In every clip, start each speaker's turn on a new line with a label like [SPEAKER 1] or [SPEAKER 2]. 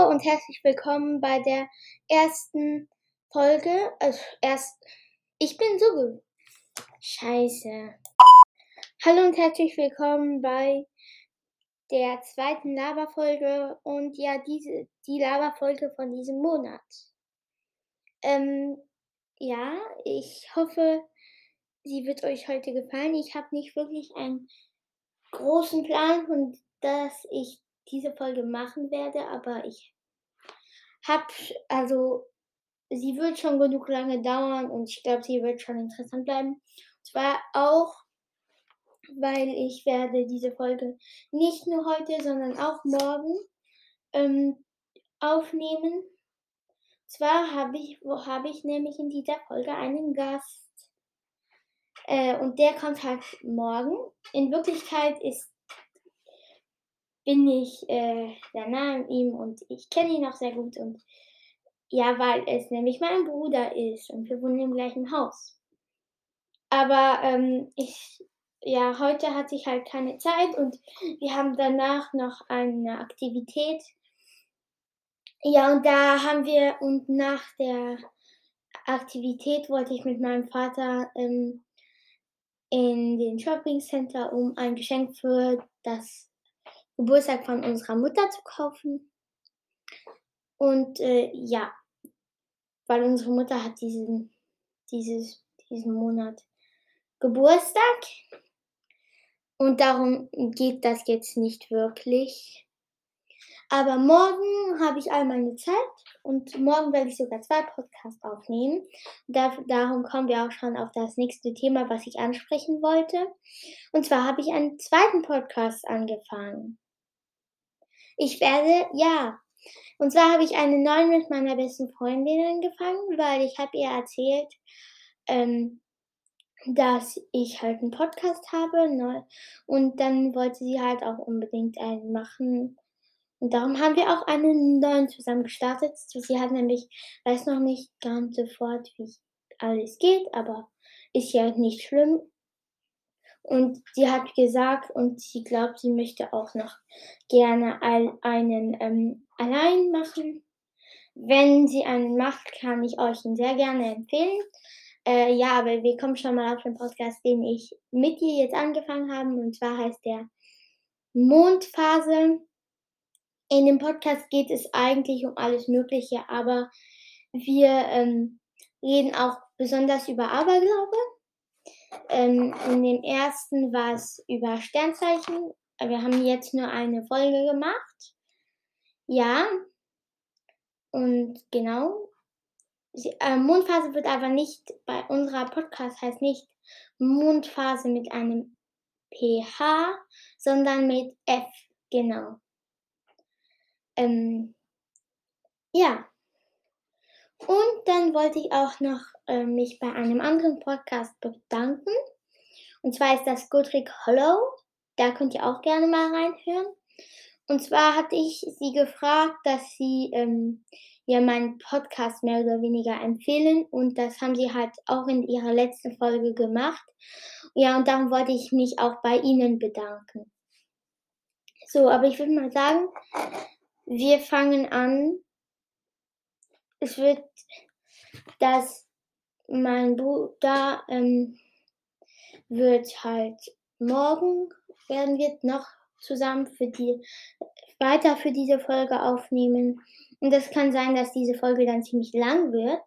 [SPEAKER 1] Hallo und herzlich willkommen bei der ersten Folge. Ich bin so Scheiße. Hallo und herzlich willkommen bei der zweiten Laberfolge und ja, die Laberfolge von diesem Monat. Ja, ich hoffe, sie wird euch heute gefallen. Ich habe nicht wirklich einen großen Plan, von dass ich diese Folge machen werde, aber sie wird schon genug lange dauern und ich glaube, sie wird schon interessant bleiben. Und zwar auch, weil ich werde diese Folge nicht nur heute, sondern auch morgen aufnehmen. Zwar habe ich nämlich in dieser Folge einen Gast. Und der kommt halt morgen. In Wirklichkeit bin ich sehr nah an ihm und ich kenne ihn auch sehr gut. Und ja, weil es nämlich mein Bruder ist und wir wohnen im gleichen Haus. Aber heute hatte ich halt keine Zeit und wir haben danach noch eine Aktivität. Ja, und nach der Aktivität wollte ich mit meinem Vater in den Shoppingcenter, um ein Geschenk für das Geburtstag von unserer Mutter zu kaufen. Und ja, weil unsere Mutter hat diesen Monat Geburtstag und darum geht das jetzt nicht wirklich. Aber morgen habe ich all meine Zeit und morgen werde ich sogar 2 Podcasts aufnehmen. Darum kommen wir auch schon auf das nächste Thema, was ich ansprechen wollte. Und zwar habe ich einen zweiten Podcast angefangen. Und zwar habe ich einen neuen mit meiner besten Freundin angefangen, weil ich habe ihr erzählt, dass ich halt einen Podcast habe, und dann wollte sie halt auch unbedingt einen machen. Und darum haben wir auch einen neuen zusammen gestartet. Sie hat nämlich weiß noch nicht ganz sofort, wie alles geht, aber ist ja nicht schlimm. Und sie hat gesagt und sie glaubt, sie möchte auch noch gerne einen allein machen. Wenn sie einen macht, kann ich euch ihn sehr gerne empfehlen. Ja, aber wir kommen schon mal auf den Podcast, den ich mit ihr jetzt angefangen habe, und zwar heißt der Mondphase. In dem Podcast geht es eigentlich um alles Mögliche, aber wir reden auch besonders über Aberglaube. In dem ersten war es über Sternzeichen. Wir haben jetzt nur eine Folge gemacht. Ja, und genau. Mondphase wird aber nicht bei unserer Podcast heißt nicht Mondphase mit einem PH, sondern mit F, genau. Ja. Und dann wollte ich auch noch mich bei einem anderen Podcast bedanken. Und zwar ist das Goodrick Hollow. Da könnt ihr auch gerne mal reinhören. Und zwar hatte ich sie gefragt, dass sie ja meinen Podcast mehr oder weniger empfehlen. Und das haben sie halt auch in ihrer letzten Folge gemacht. Ja, und darum wollte ich mich auch bei ihnen bedanken. So, aber ich würde mal sagen, wir fangen an. Mein Bruder wird halt morgen werden wir noch zusammen weiter für diese Folge aufnehmen. Und es kann sein, dass diese Folge dann ziemlich lang wird.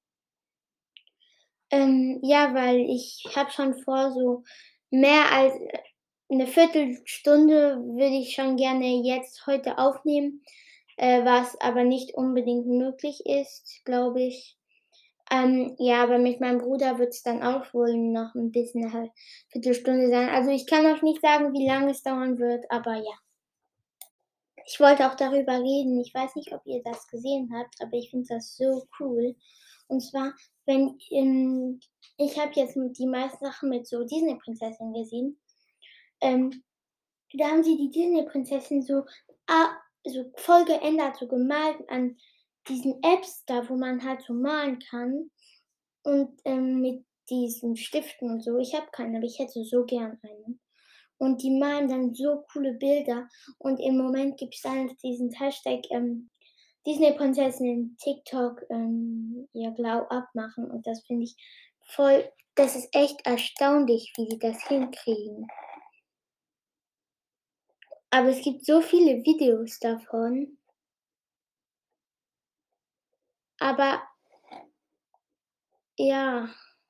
[SPEAKER 1] Ja, weil ich habe schon vor, so mehr als eine Viertelstunde würde ich schon gerne jetzt heute aufnehmen, was aber nicht unbedingt möglich ist, glaube ich. Ja, aber mit meinem Bruder wird es dann auch wohl noch ein bisschen 'ne Viertelstunde sein. Also, ich kann noch nicht sagen, wie lange es dauern wird, aber ja. Ich wollte auch darüber reden. Ich weiß nicht, ob ihr das gesehen habt, aber ich finde das so cool. Und zwar, wenn ich habe jetzt die meisten Sachen mit so Disney-Prinzessinnen gesehen. Da haben sie die Disney-Prinzessin so voll geändert, so gemalt an diesen Apps da, wo man halt so malen kann und mit diesen Stiften und so. Ich habe keinen, aber ich hätte so gern einen. Und die malen dann so coole Bilder und im Moment gibt's dann diesen Hashtag Disney-Prinzessinnen TikTok, ihr Glow-up machen und das finde ich voll das ist echt erstaunlich, wie die das hinkriegen. Aber es gibt so viele Videos davon, aber ja,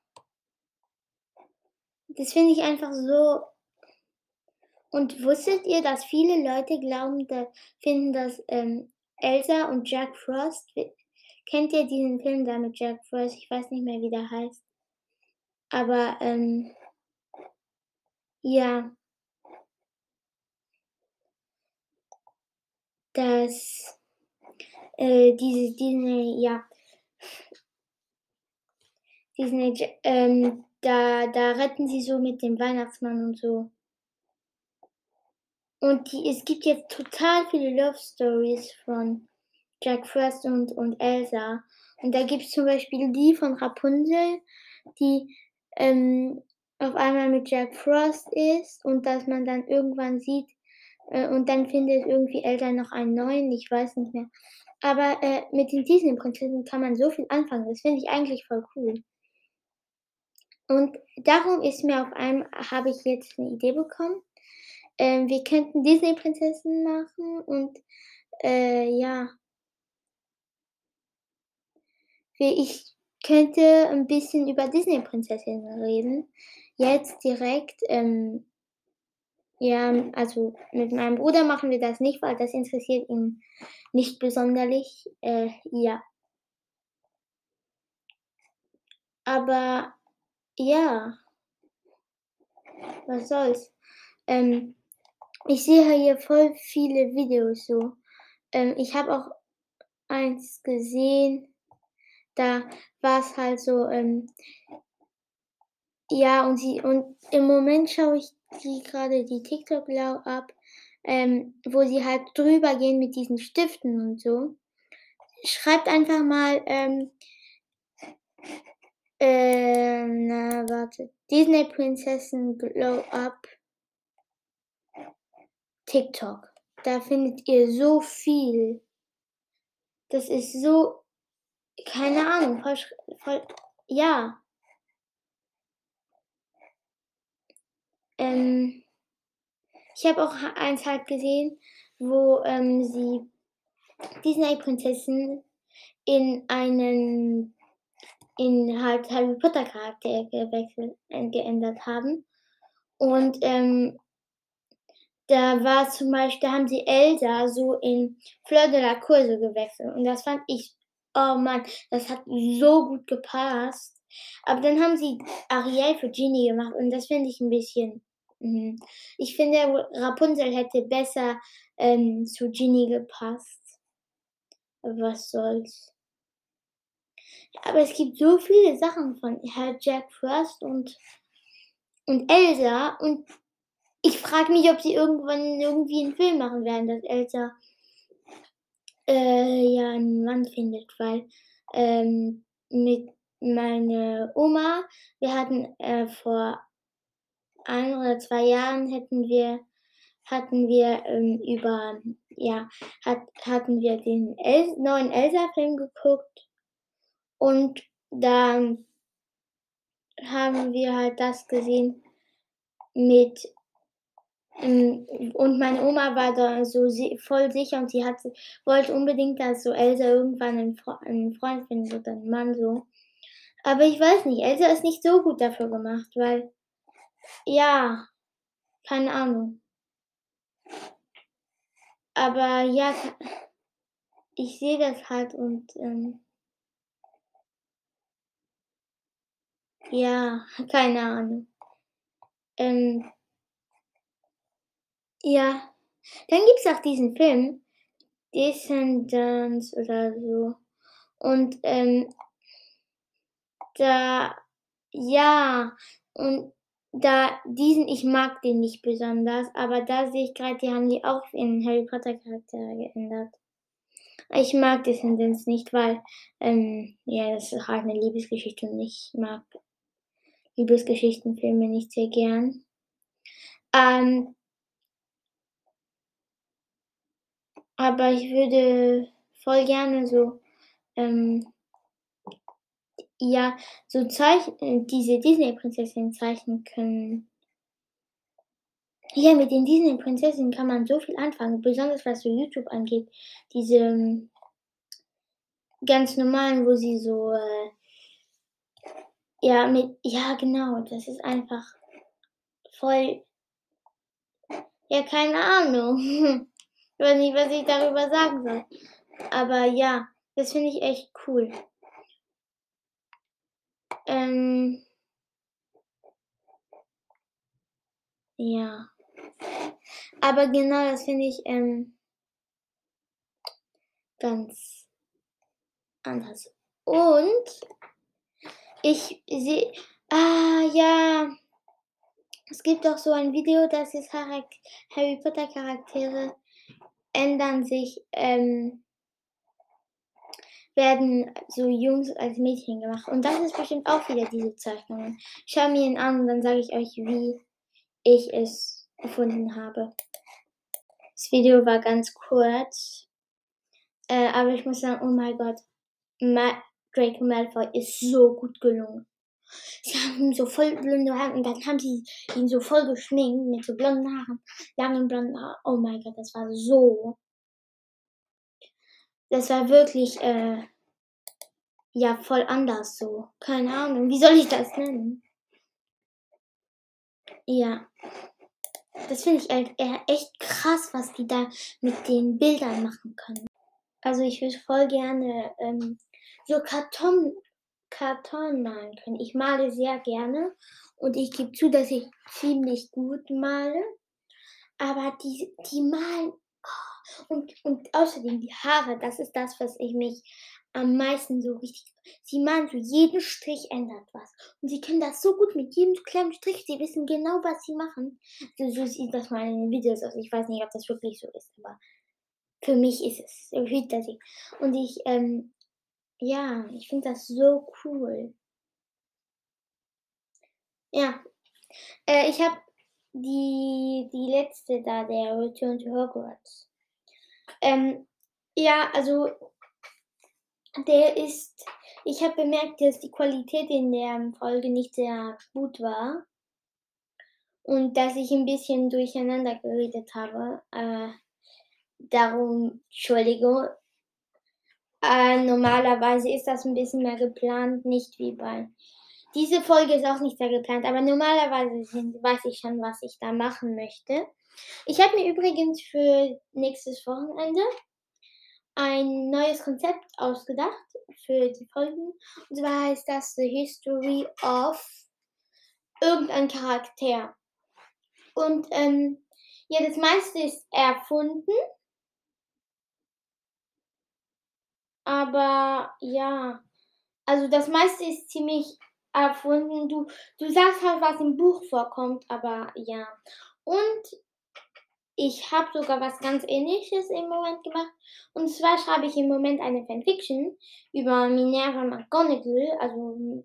[SPEAKER 1] das finde ich einfach so und wusstet ihr, dass viele Leute glauben, finden, dass, Elsa und Jack Frost kennt ihr diesen Film da mit Jack Frost? Ich weiß nicht mehr, wie der heißt. Aber, ja, dass, ja, da retten sie so mit dem Weihnachtsmann und so. Und es gibt jetzt total viele Love Stories von Jack Frost und Elsa. Und da gibt's zum Beispiel die von Rapunzel, die, ähm, auf einmal mit Jack Frost ist und dass man dann irgendwann sieht und dann findet irgendwie Elsa noch einen neuen, ich weiß nicht mehr. Aber, mit den Disney-Prinzessinnen kann man so viel anfangen. Das finde ich eigentlich voll cool. Und darum ist mir auf einmal habe ich jetzt 'ne Idee bekommen. Wir könnten Disney-Prinzessinnen machen und, ja, ich könnte 'n bisschen über Disney-Prinzessinnen reden. Jetzt direkt, ja, also, mit meinem Bruder machen wir das nicht, weil das interessiert ihn nicht besonderlich, ja. Aber ja, was soll's. Ähm, Ich sehe hier voll viele Videos so. Ich habe auch eins gesehen, da war's halt so, ja, und im Moment schaue ich die grade die TikTok ab, wo sie halt drüber gehen mit diesen Stiften und so. Schreibt einfach mal, na, warte, Disney-Prinzessin Glow Up TikTok. Da findet ihr so viel. Das ist so keine Ahnung, voll ja, ähm, ich habe auch eins halt gesehen, wo, sie Disney-Prinzessin in einen in halt Harry Potter Charakter geändert haben. Und, da haben sie Elsa so in Fleur de la Cour so gewechselt und das fand ich oh Mann, das hat so gut gepasst. Aber dann haben sie Ariel für Genie gemacht und das finde ich 'n bisschen ich finde, Rapunzel hätte besser, zu Genie gepasst. Aber was soll's. Aber es gibt so viele Sachen von Herr Jack Frost und Elsa und ich frage mich, ob sie irgendwann irgendwie 'n Film machen werden, dass Elsa, ja 'n Mann findet, weil, mit meine Oma wir hatten, vor 1 oder 2 Jahren hatten wir, ja, hatten wir den neuen Elsa-Film geguckt und da haben wir halt das gesehen mit und meine Oma war da so voll sicher und wollte unbedingt, dass so Elsa irgendwann 'n Freund findet oder 'n Mann so. Aber ich weiß nicht, Elsa ist nicht so gut dafür gemacht, weil ja, keine Ahnung. Aber ja, ich sehe das halt und, ja, keine Ahnung. Ähm, ja, dann gibt's auch diesen Film, Descendants oder so und, Da ja, und ich mag den nicht besonders, aber da sehe ich grad, die haben die auch in Harry Potter Charaktere geändert. Ich mag Descendants nicht, weil, ja, das ist halt 'ne Liebesgeschichte und ich mag Liebesgeschichtenfilme nicht sehr gern. Ähm, aber ich würde voll gerne so, ähm, ja, so diese Disney-Prinzessinnen zeichnen können. Ja, mit den Disney-Prinzessinnen kann man so viel anfangen, besonders was so YouTube angeht. Diese, ganz normalen, wo sie so, ja genau, das ist einfach voll, ja, keine Ahnung. Ich weiß nicht, was ich darüber sagen soll. Aber ja, das finde ich echt cool. Ähm, ja. Aber genau, das finde ich, ganz anders. Und ich sehe, ja, es gibt auch so ein Video, das ist Harry Potter Charaktere ändern sich, werden so Jungs als Mädchen gemacht. Und das ist bestimmt auch wieder diese Zeichnungen. Schau mir ihn an und dann sage ich euch, wie ich es gefunden habe. Das Video war ganz kurz, aber ich muss sagen, oh mein Gott, Draco Malfoy ist so gut gelungen. Sie haben so voll blonde Haare und dann haben sie ihn so voll geschminkt mit so blonden Haaren, langen blonden Haaren. Oh mein Gott, das war wirklich, ja, voll anders so. Keine Ahnung, wie soll ich das nennen? Ja, das finde ich halt echt krass, was die da mit den Bildern machen können. Also ich würde voll gerne so Karton malen können. Ich male sehr gerne und ich gebe zu, dass ich ziemlich gut male. Aber die malen, und außerdem die Haare, das ist das, was ich mich am meisten so richtig, sie malen so jeden Strich ändert was. Und sie können das so gut mit jedem kleinen Strich, sie wissen genau, was sie machen. So sieht das mal in den Videos aus. Ich weiß nicht, ob das wirklich so ist, aber für mich ist es. So fühlt das sich. Und ja, ich finde das so cool. Ja, ich habe die letzte da, der Return to Hogwarts. Ja, also der ist, ich habe bemerkt, dass die Qualität in der Folge nicht sehr gut war und dass ich 'n bisschen durcheinander geredet habe. Darum Entschuldigung. Normalerweise ist das 'n bisschen mehr geplant, nicht wie bei, diese Folge ist auch nicht sehr geplant, aber normalerweise weiß ich schon, was ich da machen möchte. Ich habe mir übrigens für nächstes Wochenende ein neues Konzept ausgedacht für die Folgen. Und zwar heißt das The History of irgendein Charakter. Und ja, das meiste ist erfunden, aber ja, also das meiste ist ziemlich erfunden. Du sagst halt, was im Buch vorkommt, aber ja. Und ich habe sogar was ganz Ähnliches im Moment gemacht. Und zwar schreibe ich im Moment eine Fanfiction über Minerva McGonagall. Also,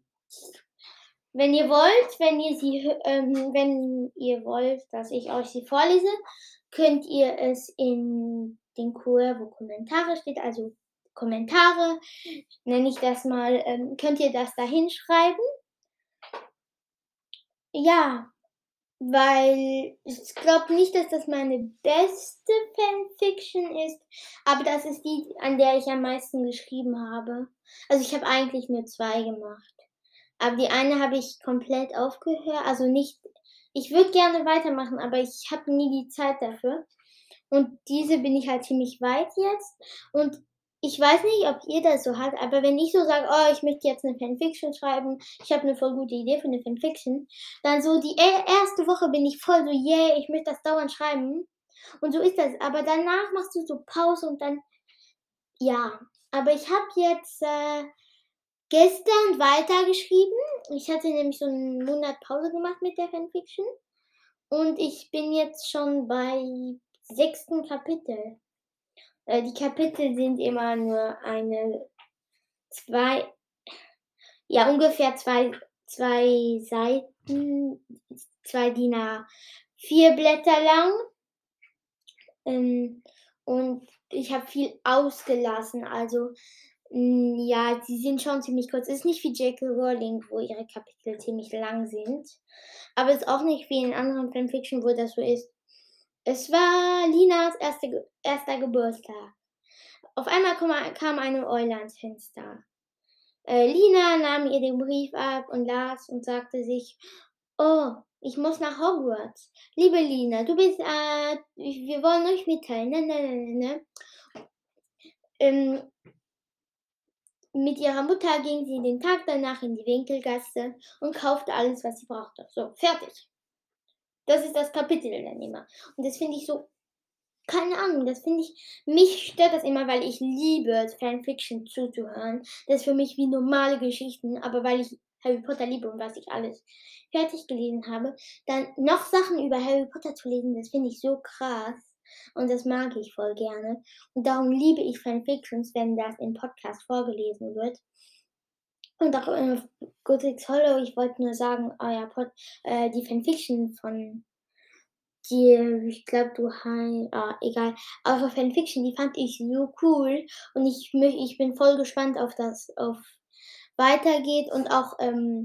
[SPEAKER 1] wenn ihr wollt, dass ich euch sie vorlese, könnt ihr es in den Kur, wo Kommentare steht, also Kommentare, nenne ich das mal, könnt ihr das da hinschreiben. Ja. Weil ich glaube nicht, dass das meine beste Fanfiction ist, aber das ist die, an der ich am meisten geschrieben habe. Also, ich habe eigentlich nur 2 gemacht, aber die eine habe ich komplett aufgehört, also nicht, ich würde gerne weitermachen, aber ich habe nie die Zeit dafür. Und diese bin ich halt ziemlich weit jetzt und ich weiß nicht, ob ihr das so habt, aber wenn ich so sage: „Oh, ich möchte jetzt 'ne Fanfiction schreiben, ich habe 'ne voll gute Idee für 'ne Fanfiction“, dann so die erste Woche bin ich voll so: „Yeah, ich möchte das dauernd schreiben.“ Und so ist das. Aber danach machst du so Pause und dann, ja. Aber ich habe jetzt, gestern weitergeschrieben. Ich hatte nämlich so 'n Monat Pause gemacht mit der Fanfiction und ich bin jetzt schon bei 6. Kapitel. Die Kapitel sind immer nur eine, 2, ja, ungefähr zwei Seiten, 2 DIN A4 Blätter lang. und ich habe viel ausgelassen. Also, ja, die sind schon ziemlich kurz. Es ist nicht wie J.K. Rowling, wo ihre Kapitel ziemlich lang sind, aber es ist auch nicht wie in anderen Fanfiction, wo das so ist. Es war Linas erster Geburtstag. Auf einmal kam eine Eule ans Fenster. Lina nahm ihr den Brief ab und las und sagte sich: „Oh, ich muss nach Hogwarts. Liebe Lina, wir wollen euch mitteilen, ne?" Ähm, mit ihrer Mutter ging sie den Tag danach in die Winkelgasse und kaufte alles, was sie brauchte. So, fertig. Das ist das Kapitel dann immer. Und das finde ich so, keine Ahnung, mich stört das immer, weil ich liebe Fanfiction zuzuhören. Das ist für mich wie normale Geschichten, aber weil ich Harry Potter liebe und was ich alles fertig gelesen habe, dann noch Sachen über Harry Potter zu lesen, das finde ich so krass und das mag ich voll gerne. Und darum liebe ich Fanfictions, wenn das im Podcast vorgelesen wird. Und auch Gothic Hollow, ich wollte nur sagen, die Fanfiction von ich glaube, egal. Eure Fanfiction, die fand ich so cool und ich bin voll gespannt auf weitergeht und auch,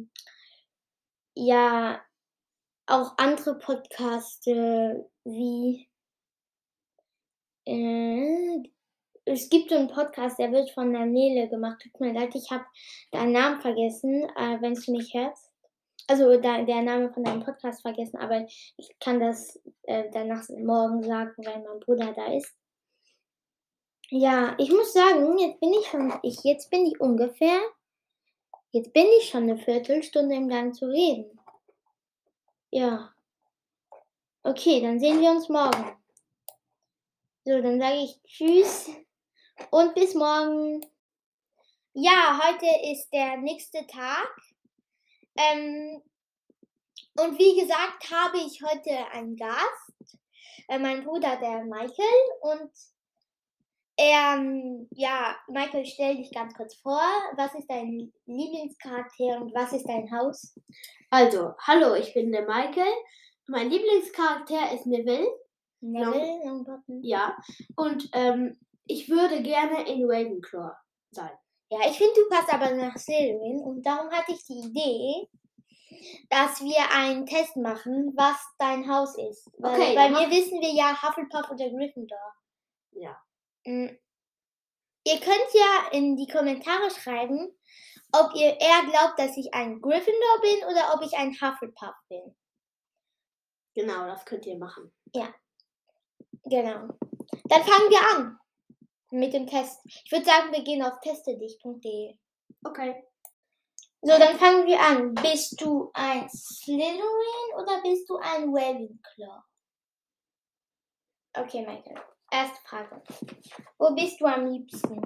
[SPEAKER 1] ja, auch andere Podcasts, wie, äh es gibt so 'n Podcast, der wird von der Nele gemacht. Tut mir leid, ich habe deinen Namen vergessen, wenn du mich hörst. Also, der Name von deinem Podcast vergessen, aber ich kann das, danach morgen sagen, wenn mein Bruder da ist. Ja, ich muss sagen, jetzt bin ich schon 'ne Viertelstunde im Gang zu reden. Ja, okay, dann sehen wir uns morgen. So, dann sage ich tschüss und bis morgen. Ja, heute ist der nächste Tag. Und wie gesagt, habe ich heute einen Gast, mein Bruder, der Michael. Und Michael, stell dich ganz kurz vor. Was ist dein Lieblingscharakter und was ist dein Haus?
[SPEAKER 2] Also, hallo, ich bin der Michael. Mein Lieblingscharakter ist Neville.
[SPEAKER 1] Neville Longbottom?
[SPEAKER 2] Ja, und ich würde gerne in Ravenclaw sein.
[SPEAKER 1] Ja, ich finde, du passt aber nach Slytherin und darum hatte ich die Idee, dass wir einen Test machen, was dein Haus ist.
[SPEAKER 2] Okay,
[SPEAKER 1] Weil wir wissen wir ja Hufflepuff oder Gryffindor.
[SPEAKER 2] Ja.
[SPEAKER 1] Ihr könnt ja in die Kommentare schreiben, ob ihr eher glaubt, dass ich ein Gryffindor bin oder ob ich ein Hufflepuff bin.
[SPEAKER 2] Genau, das könnt ihr machen.
[SPEAKER 1] Ja, genau. Dann fangen wir an mit dem Test. Ich würde sagen, wir gehen auf testedich.de.
[SPEAKER 2] Okay.
[SPEAKER 1] So, dann fangen wir an. Bist du ein Slytherin oder bist du ein Ravenclaw? Okay, Michael. Erste Frage. Wo bist du am liebsten?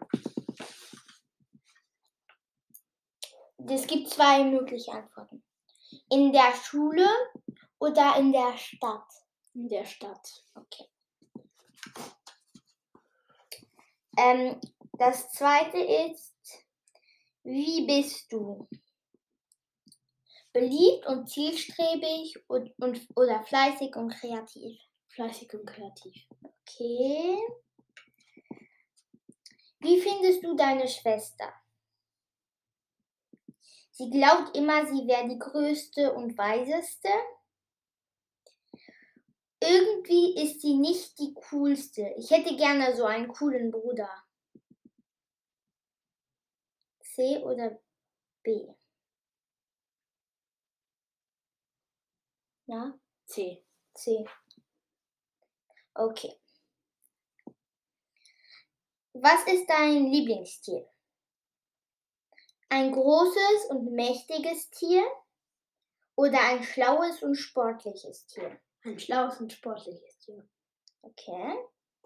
[SPEAKER 1] Es gibt zwei mögliche Antworten. In der Schule oder in der Stadt?
[SPEAKER 2] In der Stadt.
[SPEAKER 1] Okay. Das zweite ist, wie bist du? Beliebt und zielstrebig oder fleißig und kreativ?
[SPEAKER 2] Fleißig und kreativ.
[SPEAKER 1] Okay. Wie findest du deine Schwester? Sie glaubt immer, sie wäre die Größte und Weiseste. Irgendwie ist sie nicht die Coolste. Ich hätte gerne so einen coolen Bruder. C oder B? Ja?
[SPEAKER 2] C.
[SPEAKER 1] C. Okay. Was ist dein Lieblingstier? Ein großes und mächtiges Tier oder ein schlaues und sportliches Tier?
[SPEAKER 2] Ein schlaues und sportliches Tier.
[SPEAKER 1] Okay.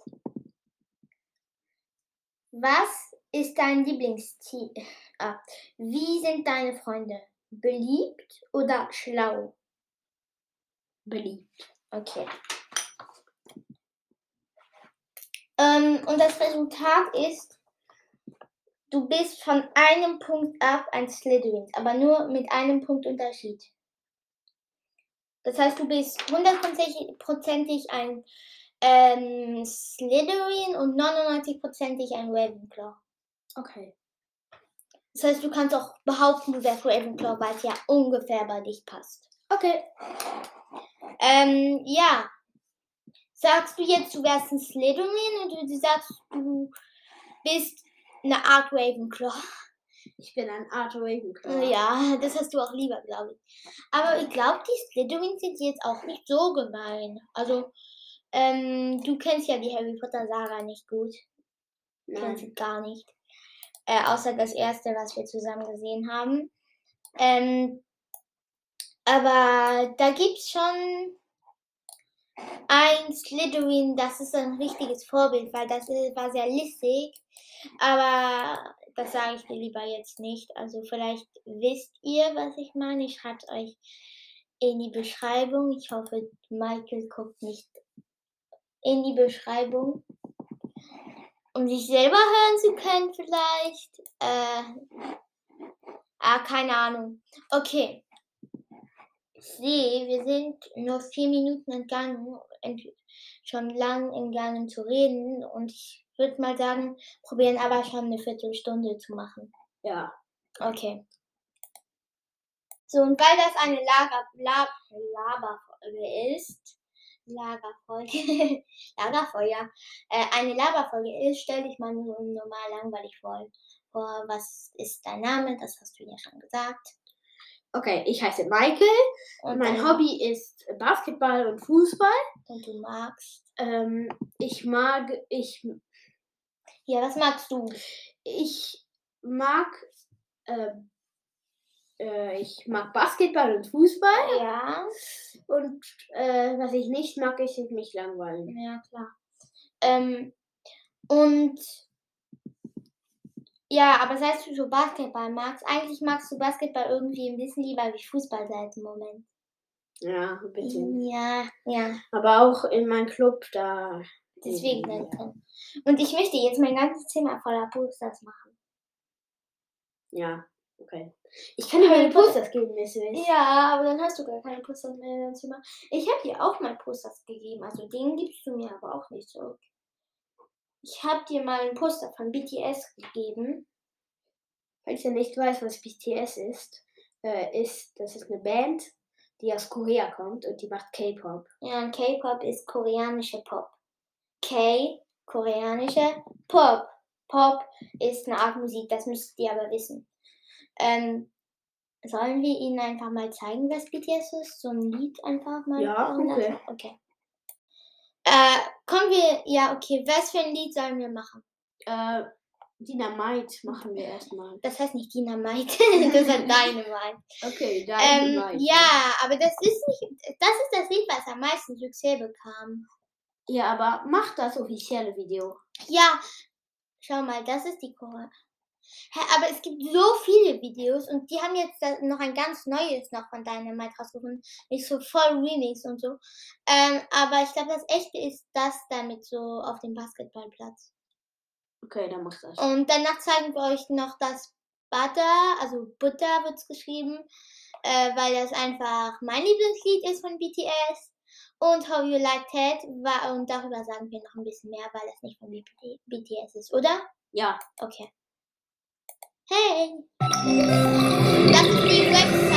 [SPEAKER 1] Was ist dein Lieblingstier? Wie sind deine Freunde? Beliebt oder schlau?
[SPEAKER 2] Beliebt.
[SPEAKER 1] Okay. Und das Resultat ist, du bist von einem Punkt ab ein Slytherin, aber nur mit einem Punkt Unterschied. Das heißt, du bist hundertprozentig ein Slytherin und 99%ig ein Ravenclaw.
[SPEAKER 2] Okay.
[SPEAKER 1] Das heißt, du kannst auch behaupten, du wärst Ravenclaw, weil es ja ungefähr bei dich passt.
[SPEAKER 2] Okay.
[SPEAKER 1] Ja. Sagst du jetzt, du wärst ein Slytherin oder du sagst, du bist eine Art Ravenclaw?
[SPEAKER 2] Ich bin ein Art Ravenclaw.
[SPEAKER 1] Ja, das hast du auch lieber, glaube ich. Aber ich glaube, die Slytherins sind jetzt auch nicht so gemein. Also, du kennst ja die Harry Potter Saga nicht gut. Kennst du gar nicht. Außer das erste, was wir zusammen gesehen haben. Aber da gibt's schon ein Slytherin, das ist ein richtiges Vorbild, weil das war sehr listig. Aber das sage ich dir lieber jetzt nicht. Also vielleicht wisst ihr, was ich meine. Ich schreibe es euch in die Beschreibung. Ich hoffe, Michael guckt nicht in die Beschreibung, um sich selber hören zu können vielleicht. Keine Ahnung. Okay. Ich sehe, wir sind nur 4 Minuten entgangen, schon lang entgangen zu reden. Und ich würde mal sagen, probieren aber schon eine Viertelstunde zu machen.
[SPEAKER 2] Ja.
[SPEAKER 1] Okay. So, und weil das eine Laberfolge ist, eine Laberfolge ist, stell dich mal nur normal langweilig vor. Was ist dein Name? Das hast du ja schon gesagt.
[SPEAKER 2] Okay, ich heiße Michael und mein Hobby ist Basketball und Fußball.
[SPEAKER 1] Und du magst?
[SPEAKER 2] Ja,
[SPEAKER 1] was magst du?
[SPEAKER 2] Ich mag Basketball und Fußball.
[SPEAKER 1] Ja.
[SPEAKER 2] Und was ich nicht mag, ist mich langweilen.
[SPEAKER 1] Ja, klar. Und ja, aber seit du so Basketball magst, eigentlich magst du Basketball irgendwie ein bisschen lieber wie Fußball seit dem Moment.
[SPEAKER 2] Ja, ein bisschen.
[SPEAKER 1] Ja.
[SPEAKER 2] Aber auch in meinem Club da.
[SPEAKER 1] Deswegen. Ja. Und ich möchte jetzt mein ganzes Zimmer voller Posters machen.
[SPEAKER 2] Ja, okay. Ich kann dir meine Posters geben, wenn du willst.
[SPEAKER 1] Ja, aber dann hast du gar keine Posters mehr in deinem Zimmer. Ich habe dir auch mal Posters gegeben, also den gibst du mir aber auch nicht zurück. Ich habe dir mal ein Poster von BTS gegeben.
[SPEAKER 2] Falls ihr nicht weiß, was BTS ist, das ist eine Band, die aus Korea kommt und die macht K-Pop.
[SPEAKER 1] Ja, und K-Pop ist koreanische Pop. K, koreanische Pop. Pop ist eine Art Musik, das müsst ihr aber wissen. Sollen wir Ihnen einfach mal zeigen, was BTS ist? So ein Lied einfach mal?
[SPEAKER 2] Ja, okay.
[SPEAKER 1] Okay. Was für ein Lied sollen wir machen?
[SPEAKER 2] Dynamite machen wir erstmal.
[SPEAKER 1] Das heißt nicht Dynamite, das ist Dynamite.
[SPEAKER 2] Okay, Dynamite.
[SPEAKER 1] Ja, aber das ist das Lied, was am meisten Succès bekam.
[SPEAKER 2] Ja, aber mach das offizielle Video.
[SPEAKER 1] Ja, schau mal, das ist die Chore. Aber es gibt so viele Videos und die haben jetzt noch ein ganz neues noch von Dynamite rausgefunden. Nicht so voll Remix und so. Aber ich glaube, das echte ist das damit so auf dem Basketballplatz.
[SPEAKER 2] Okay, dann mach das.
[SPEAKER 1] Und danach zeigen wir euch noch das Butter, also Butter wird's geschrieben, weil das einfach mein Lieblingslied ist von BTS. Und How You Like That, und darüber sagen wir noch ein bisschen mehr, weil das nicht von BTS ist, oder?
[SPEAKER 2] Ja.
[SPEAKER 1] Okay. Hey! Das ist die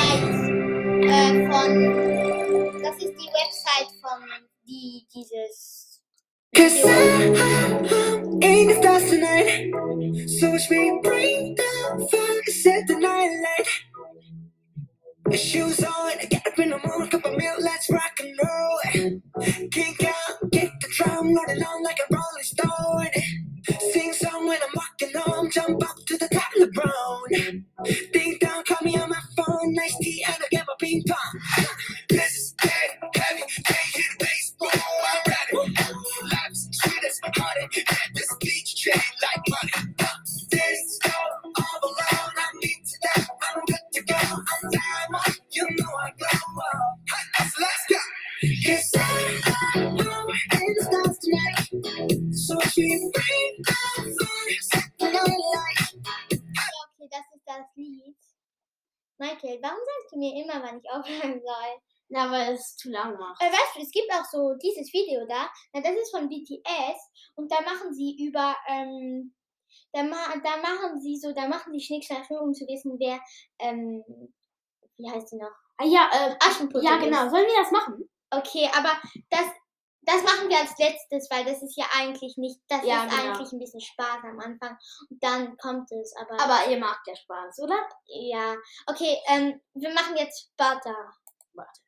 [SPEAKER 1] Website von dieses.
[SPEAKER 3] Cause I'm in the stars tonight. So watch me bring the fire, set the night light. Shoes on, get up in the morning, cup of milk, let's rock and roll. Kick out, kick the drum, rolling on like a rolling stone. Sing song when I'm walking home, jump up to the top of the brown. Ding dong, call me on my phone, nice tea, and I'll get my ping pong. This is dead heavy, can't hit the baseball, I'm ready. Life's sweet as honey, and this beach chain like money. This go all alone, I need to know, I'm good to go. I'm down, you know I go. Let's go. Yes, I'm in the stars tonight. So she bring the fire, set the night light.
[SPEAKER 1] Okay, das ist das Lied. Michael, warum sagst du mir immer, wann ich aufhören soll?
[SPEAKER 2] Na, weil es zu lang macht.
[SPEAKER 1] Weißt du, es gibt auch so dieses Video da, das ist von BTS und da machen sie über, da machen sie Schnick, Schnack, Schnuck, um zu wissen, wer, wie heißt sie noch?
[SPEAKER 2] Ah ja,
[SPEAKER 1] Aschenputtel
[SPEAKER 2] ja genau. Sollen wir das machen?
[SPEAKER 1] Okay, aber das machen wir als letztes, weil das ist ja eigentlich nicht, das
[SPEAKER 2] Ja,
[SPEAKER 1] ist
[SPEAKER 2] genau.
[SPEAKER 1] eigentlich ein bisschen Spaß am Anfang und dann kommt es,
[SPEAKER 2] Aber ihr macht ja Spaß, oder?
[SPEAKER 1] ja. Okay, wir machen jetzt Butter.
[SPEAKER 2] Warte.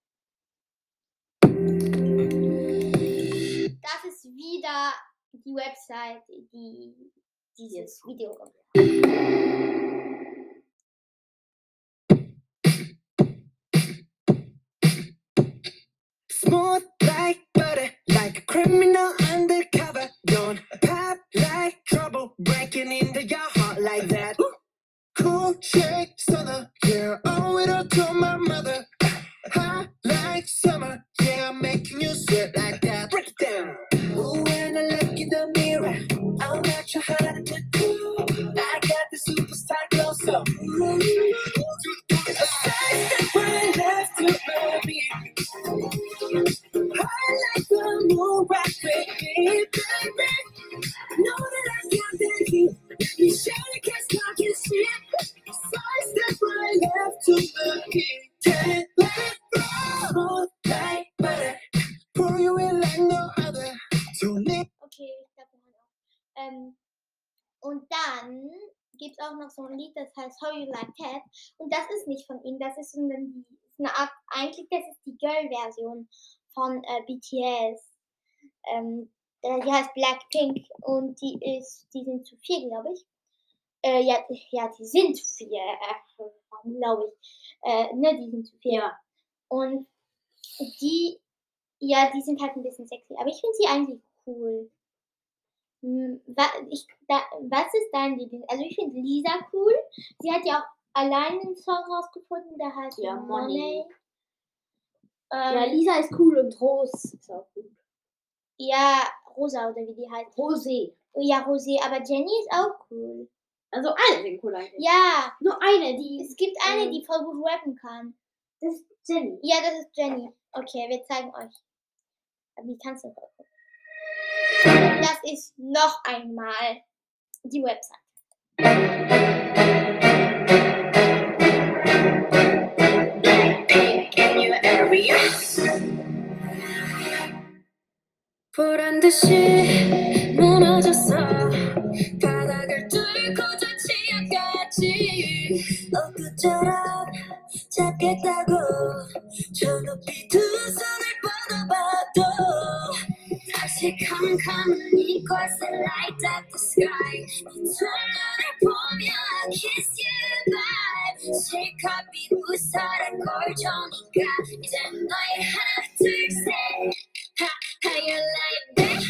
[SPEAKER 1] Das ist wieder die Website, die dieses Video kommt.
[SPEAKER 3] Smooth like butter, like a criminal undercover. Don't pop like trouble, breaking into your heart like that. Cool shake stunner, yeah, owe it all to my mother. Hot like summer, yeah, I'm making you sweat like that. Break it down. Ooh, when I look in the mirror, I'm not sure how to do. I got the superstar glow, so right left to me. I like the moon rock, baby, baby. Know that I got that heat. You show you can't stop your shit. Step right left to the key. Can't let it go. Like butter. Pour you in like no other.
[SPEAKER 1] Okay, ich glaube, wir hören auf. Und dann gibt es auch noch so ein Lied, das heißt How You Like That. Und das ist nicht von ihnen, das ist eine Art, eigentlich das ist die Girl-Version von BTS. Die heißt Blackpink und die sind zu 4, glaube ich. Ja, die sind zu 4, glaube ich. Die sind zu 4.
[SPEAKER 2] Ja.
[SPEAKER 1] Und die sind halt ein bisschen sexy, aber ich finde sie eigentlich cool. Was ist dein Lieblings? Also ich finde Lisa cool. Sie hat ja auch allein einen Song rausgefunden, der heißt Money.
[SPEAKER 2] Ja, Lisa ist cool und Rose ist auch gut.
[SPEAKER 1] Ja, Rosa oder wie die heißt.
[SPEAKER 2] Rosé.
[SPEAKER 1] Ja, Rosé, aber Jenny ist auch cool.
[SPEAKER 2] Also alle sind cool eigentlich.
[SPEAKER 1] Ja.
[SPEAKER 2] Nur eine,
[SPEAKER 1] Es gibt eine, die voll gut rappen kann.
[SPEAKER 2] Das ist Jenny.
[SPEAKER 1] Ja, das ist Jenny. Okay, wir zeigen euch. Wie kannst du das? Das ist noch einmal die Website.
[SPEAKER 3] In your area. 보란 듯이 무너졌어. 바닥을 뚫고 저 치아까지. 엊그처럼 잡겠다고. 저 높이 두 손을 뻗어봐도 다시 캄캄한 이곳에 light up the sky. 이 둘러를 보며 kiss you bye. 실컷 비웃어라 꼴좋으니까 이제 너의 하나 둘 셋. How you like that?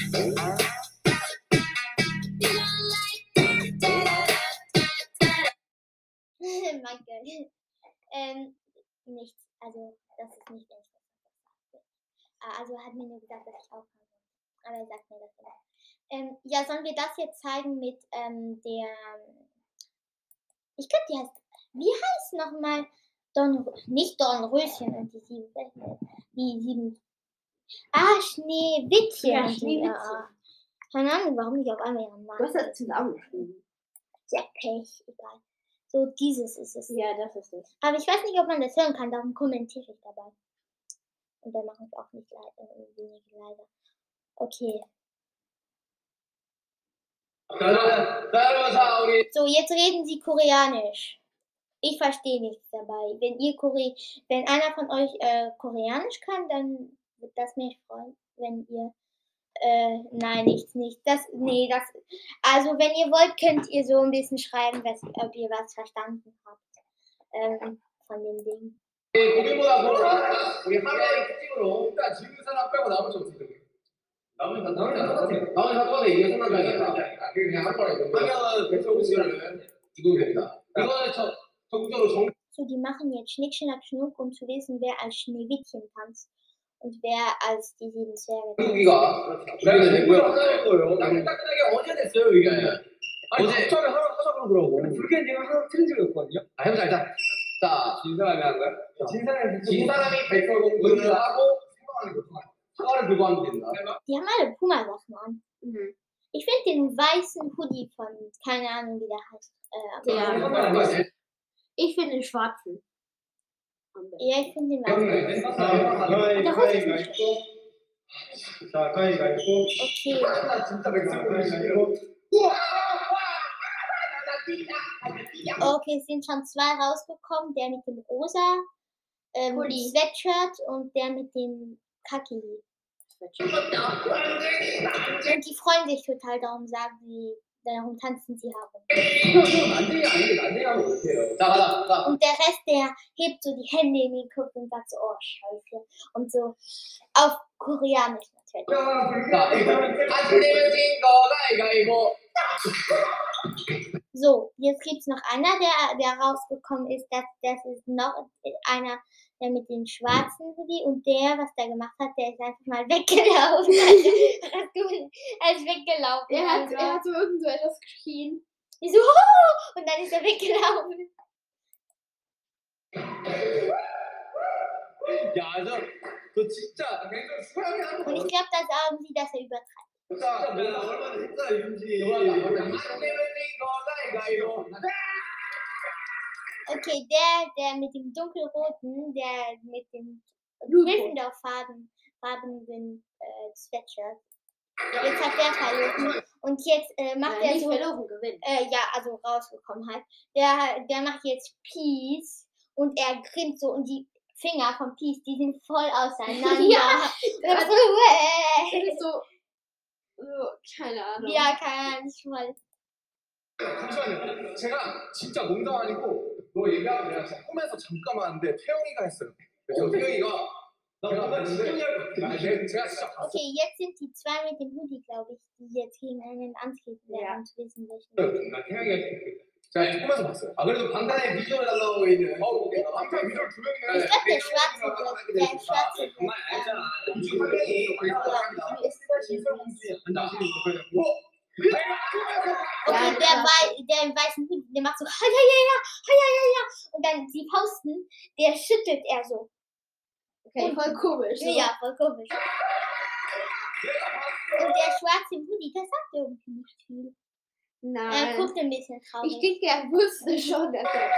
[SPEAKER 3] You don't like that? Da-da-da-da-da.
[SPEAKER 1] Mein Gott. Nichts. Also, das ist nicht echt, was ich sage. Also, er hat mir nur gesagt, dass ich aufhören soll. Aber er sagt mir das immer. Ja, sollen wir das jetzt zeigen mit der. Ich glaube, die heißt. Wie heißt nochmal? Nicht Dornröschen und die 7. Die 7. Schneewittchen.
[SPEAKER 2] Ja, Schneewittchen.
[SPEAKER 1] Keine Ahnung, warum ich auf einmal ihren Namen.
[SPEAKER 2] Du hast das zusammengeschrieben.
[SPEAKER 1] Ja, Pech, egal. So, dieses ist es.
[SPEAKER 2] Ja, das ist es.
[SPEAKER 1] Aber ich weiß nicht, ob man das hören kann, darum kommentiere ich dabei. Und dann mache ich auch nicht wenig leiser. Okay. So, jetzt reden sie Koreanisch. Ich verstehe nichts dabei. Wenn einer von euch Koreanisch kann, dann wird das mich freuen, wenn ihr nein, nicht. Also wenn ihr wollt, könnt ihr so ein bisschen schreiben, ob ihr was verstanden habt von dem Ding.
[SPEAKER 4] 고기보다 더 우리 하나의 특징으로 일단 지금 사람 빼고 나머지 어떻게 나머지 다 똑같아요. 이게 손난장이야. 그냥 한 번에 방향은 배터리는 이동이 됩니다. 이거는 적극적으로
[SPEAKER 1] So, die machen jetzt Schnick, Schnack, Schnuck, um zu wissen, wer als Schneewittchen tanzt und wer als die 7 Zwerge tanzt.
[SPEAKER 4] 여기가 그래야 되고요. 따끈하게 어제 됐어요 이게. 어제 처음에 하자 그러더라고. 그게 내가 하나 틀린 적이 없거든요. 해보자 일단. 자, 진 사람이 한 거야? 진 사람이 백설공주를 하고 사과를 들고 하면 된다.
[SPEAKER 1] Die haben alle Puma-Sachen an.
[SPEAKER 2] Mhm.
[SPEAKER 1] Ich finde den weißen Hoodie von, keine Ahnung, wie der heißt.
[SPEAKER 2] Ja. Ich finde den schwarzen.
[SPEAKER 1] Ja, ich finde den weißen.
[SPEAKER 3] 자, 가위가위보.
[SPEAKER 1] Okay.
[SPEAKER 4] 나 진짜 백설공주.
[SPEAKER 1] Okay, es sind schon 2 rausgekommen. Der mit dem rosa Sweatshirt und der mit dem Kaki. Und die freuen sich total, darum tanzen sie herum. Und der Rest, der hebt so die Hände in den Kopf und sagt so, oh Scheiße. Und so auf Koreanisch natürlich. So, jetzt gibt es noch einer, der rausgekommen ist. Das ist noch einer, der mit dem schwarzen Hoodie und der, was der gemacht hat, der ist einfach mal weggelaufen. Er ist weggelaufen.
[SPEAKER 2] Er hat so irgend so etwas geschrien.
[SPEAKER 1] Ich so, oh! Und dann ist er weggelaufen.
[SPEAKER 4] 야, 저 진짜 수영이 하는
[SPEAKER 1] Und ich glaube, da sagen sie, dass er übertreibt.
[SPEAKER 4] 진짜 내가 얼마나 했다 이런지.
[SPEAKER 1] Okay, der mit dem dunkelroten, der mit dem Gryffindor-farbenen Sweatshirt. Jetzt hat der verloren. Und jetzt macht er
[SPEAKER 2] nicht
[SPEAKER 1] so.
[SPEAKER 2] verloren, gewinnt.
[SPEAKER 1] Ja, also rausgekommen halt. Der macht jetzt Peace und er grinst so und die Finger von Peace, die sind voll auseinander.
[SPEAKER 2] Ja,
[SPEAKER 1] das
[SPEAKER 2] das ist so, keine Ahnung.
[SPEAKER 1] Ja, keine Ahnung, ich voll.
[SPEAKER 4] 잠시만요. 제가 진짜 농담 아니고 너 얘기하고 내가 진짜 꿈에서 잠깐 왔는데 태영이가 했어요. 그래서 태영이가 제가 진짜 봤어요.
[SPEAKER 1] Okay, jetzt sind die 2 mit dem Hoodie, glaube ich, die jetzt gegeneinander antreten werden zu wissen, welchen.
[SPEAKER 4] 나 태영이가 제가 꿈에서 봤어요. 아 그래도 방탄의 비주얼 달라고 있는. 방탄 비주얼 2명이네.
[SPEAKER 1] Ich glaube, der schwarze
[SPEAKER 4] 정말 알잖아. 이중 한 명이
[SPEAKER 1] Okay, der im weißen Hoodie, der macht so, ja. Und dann sie posten, der schüttelt er so.
[SPEAKER 2] Okay, voll komisch.
[SPEAKER 1] Ja, voll komisch. Und der schwarze Hoodie, der sagt irgendwie nicht viel. Er
[SPEAKER 2] Nein.
[SPEAKER 1] guckt ein bisschen traurig.
[SPEAKER 2] Ich denke, er wusste schon, dass er.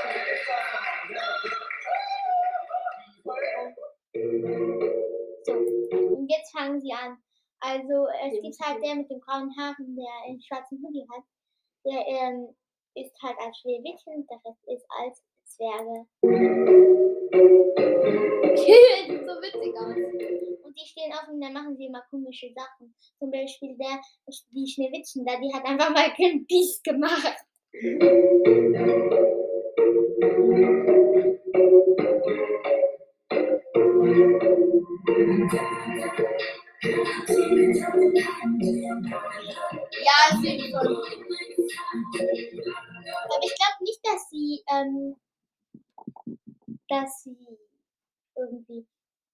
[SPEAKER 1] So, und jetzt fangen sie an. Also es gibt halt der mit den braunen Haaren, der einen schwarzen Hoodie hat. Der ist halt als Schneewittchen und der Rest ist als Zwerge.
[SPEAKER 2] Sieht so witzig aus.
[SPEAKER 1] Und die stehen auf und dann machen sie immer komische Sachen. Zum Beispiel die Schneewittchen da, die hat einfach mal kein Peace gemacht.
[SPEAKER 2] Ja, es ist voll.
[SPEAKER 1] Aber ich glaube nicht, dass sie irgendwie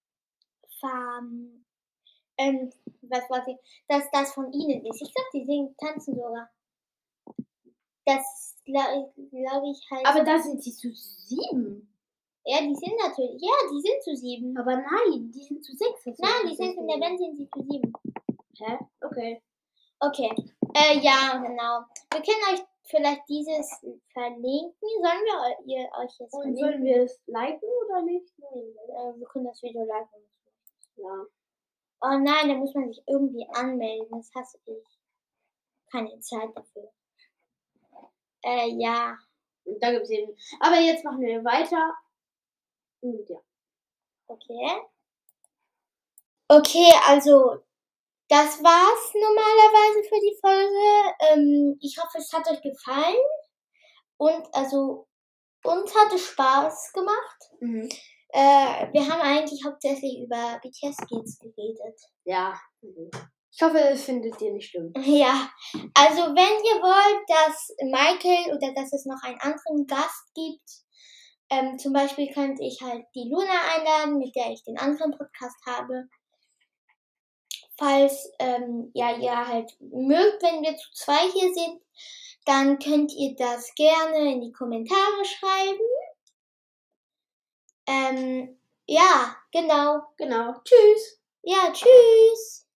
[SPEAKER 1] dass das von ihnen ist. Ich glaube, die tanzen sogar. Das glaube ich halt.
[SPEAKER 2] Aber da sind sie zu 7.
[SPEAKER 1] Ja, die sind natürlich. Ja, die sind zu 7.
[SPEAKER 2] Aber nein, die sind zu 6.
[SPEAKER 1] Nein, die sind in der Band sind sie zu 7.
[SPEAKER 2] Hä? Okay.
[SPEAKER 1] Okay. Ja, genau. Wir können euch vielleicht dieses verlinken. Sollen wir euch jetzt
[SPEAKER 2] Und
[SPEAKER 1] verlinken?
[SPEAKER 2] sollen wir es liken oder nicht?
[SPEAKER 1] Wir können das Video liken.
[SPEAKER 2] Ja.
[SPEAKER 1] Oh nein, da muss man sich irgendwie anmelden. Das hasse ich. Keine Zeit dafür. Ja.
[SPEAKER 2] Und da gibt es eben. Aber jetzt machen wir weiter. Und ja.
[SPEAKER 1] Okay. Okay, also das war's normalerweise für die Folge. Ich hoffe, es hat euch gefallen. Und also uns hat es Spaß gemacht.
[SPEAKER 2] Mhm.
[SPEAKER 1] Wir haben eigentlich hauptsächlich über BTS-Skins geredet.
[SPEAKER 2] Ja. Mhm. Ich hoffe, das findet ihr nicht schlimm.
[SPEAKER 1] Ja, also wenn ihr wollt, dass Michael oder dass es noch einen anderen Gast gibt, zum Beispiel könnte ich halt die Luna einladen, mit der ich den anderen Podcast habe. Falls ihr halt mögt, wenn wir zu 2 hier sind, dann könnt ihr das gerne in die Kommentare schreiben. Ja, genau.
[SPEAKER 2] Genau. Tschüss.
[SPEAKER 1] Ja, tschüss.